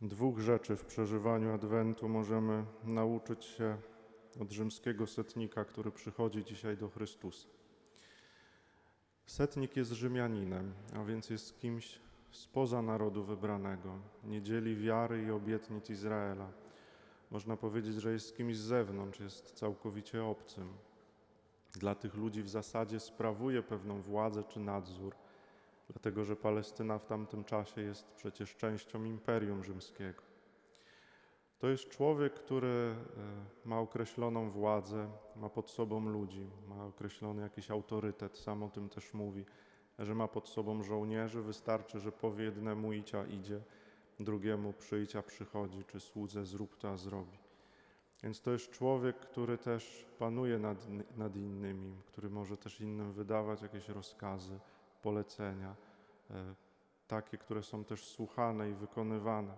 Dwóch rzeczy w przeżywaniu Adwentu możemy nauczyć się od rzymskiego setnika, który przychodzi dzisiaj do Chrystusa. Setnik jest Rzymianinem, a więc jest kimś spoza narodu wybranego, nie dzieli wiary i obietnic Izraela. Można powiedzieć, że jest kimś z zewnątrz, jest całkowicie obcym. Dla tych ludzi w zasadzie sprawuje pewną władzę czy nadzór, dlatego że Palestyna w tamtym czasie jest przecież częścią Imperium Rzymskiego. To jest człowiek, który ma określoną władzę, ma pod sobą ludzi, ma określony jakiś autorytet, sam o tym też mówi, że ma pod sobą żołnierzy, wystarczy, że powie jednemu idź, a idzie, drugiemu przyjdź, a przychodzi, czy słudze zrób to, a zrobi. Więc to jest człowiek, który też panuje nad innymi, który może też innym wydawać jakieś rozkazy, polecenia, takie, które są też słuchane i wykonywane.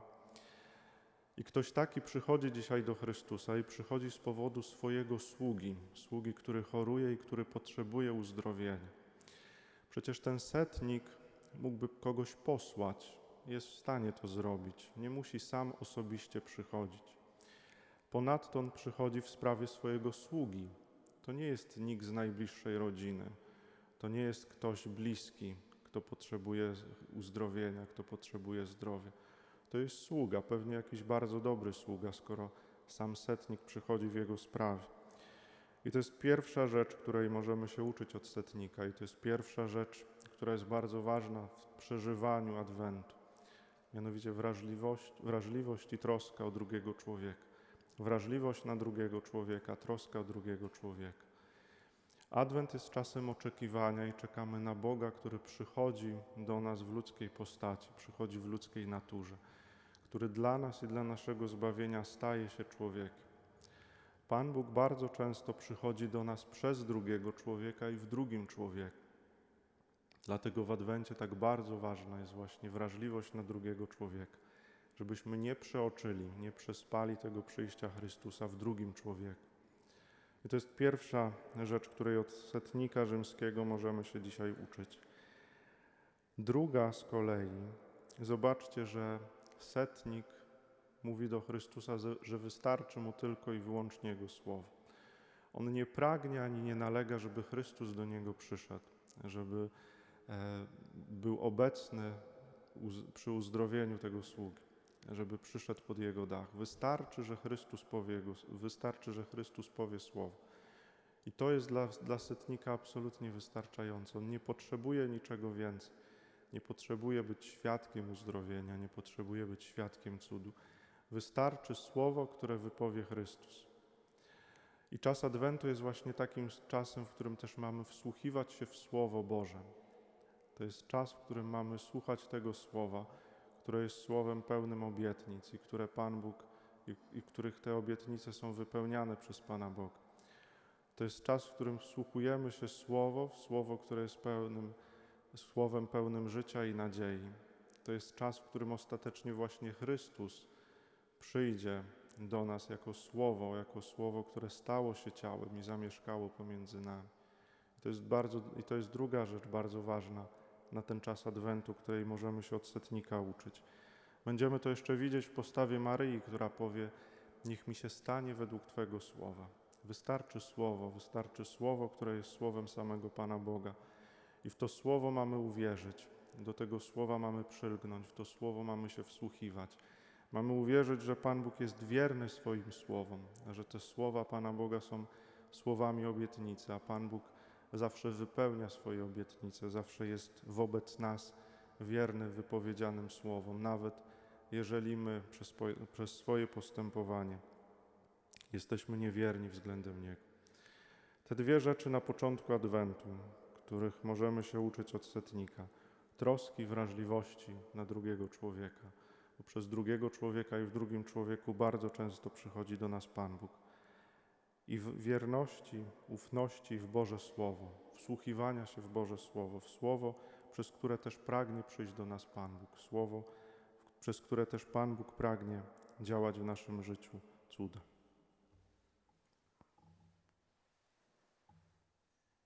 I ktoś taki przychodzi dzisiaj do Chrystusa i przychodzi z powodu swojego sługi, który choruje i który potrzebuje uzdrowienia. Przecież ten setnik mógłby kogoś posłać, jest w stanie to zrobić, nie musi sam osobiście przychodzić. Ponadto on przychodzi w sprawie swojego sługi. To nie jest nikt z najbliższej rodziny, to nie jest ktoś bliski, kto potrzebuje uzdrowienia, kto potrzebuje zdrowia. To jest sługa, pewnie jakiś bardzo dobry sługa, skoro sam setnik przychodzi w jego sprawie. I to jest pierwsza rzecz, której możemy się uczyć od setnika i to jest pierwsza rzecz, która jest bardzo ważna w przeżywaniu Adwentu. Mianowicie wrażliwość i troska o drugiego człowieka. Wrażliwość na drugiego człowieka, troska o drugiego człowieka. Adwent jest czasem oczekiwania i czekamy na Boga, który przychodzi do nas w ludzkiej postaci, przychodzi w ludzkiej naturze, który dla nas i dla naszego zbawienia staje się człowiekiem. Pan Bóg bardzo często przychodzi do nas przez drugiego człowieka i w drugim człowieku. Dlatego w Adwencie tak bardzo ważna jest właśnie wrażliwość na drugiego człowieka, żebyśmy nie przeoczyli, nie przespali tego przyjścia Chrystusa w drugim człowieku. I to jest pierwsza rzecz, której od setnika rzymskiego możemy się dzisiaj uczyć. Druga z kolei, zobaczcie, że setnik mówi do Chrystusa, że wystarczy mu tylko i wyłącznie Jego słowo. On nie pragnie ani nie nalega, żeby Chrystus do niego przyszedł, żeby był obecny przy uzdrowieniu tego sługi, żeby przyszedł pod jego dach. Wystarczy, że Chrystus powie słowo. I to jest dla setnika absolutnie wystarczające. On nie potrzebuje niczego więcej. Nie potrzebuje być świadkiem uzdrowienia, nie potrzebuje być świadkiem cudu. Wystarczy słowo, które wypowie Chrystus. I czas Adwentu jest właśnie takim czasem, w którym też mamy wsłuchiwać się w Słowo Boże. To jest czas, w którym mamy słuchać tego Słowa, które jest Słowem pełnym obietnic i które Pan Bóg, i których te obietnice są wypełniane przez Pana Boga. To jest czas, w którym wsłuchujemy się w Słowo, które jest Słowem pełnym życia i nadziei. To jest czas, w którym ostatecznie właśnie Chrystus przyjdzie do nas jako Słowo, które stało się ciałem i zamieszkało pomiędzy nami. I to jest druga rzecz bardzo ważna na ten czas Adwentu, której możemy się od setnika uczyć. Będziemy to jeszcze widzieć w postawie Maryi, która powie: niech mi się stanie według Twego słowa. Wystarczy słowo, które jest słowem samego Pana Boga. I w to słowo mamy uwierzyć, do tego słowa mamy przylgnąć, w to słowo mamy się wsłuchiwać. Mamy uwierzyć, że Pan Bóg jest wierny swoim słowom, że te słowa Pana Boga są słowami obietnicy, a Pan Bóg zawsze wypełnia swoje obietnice, zawsze jest wobec nas wierny wypowiedzianym słowom, nawet jeżeli my przez swoje postępowanie jesteśmy niewierni względem Niego. Te dwie rzeczy na początku Adwentu, których możemy się uczyć od setnika, troski, wrażliwości na drugiego człowieka, bo przez drugiego człowieka i w drugim człowieku bardzo często przychodzi do nas Pan Bóg. I w wierności, ufności w Boże Słowo, wsłuchiwania się w Boże Słowo, w Słowo, przez które też pragnie przyjść do nas Pan Bóg, Słowo, przez które też Pan Bóg pragnie działać w naszym życiu cuda.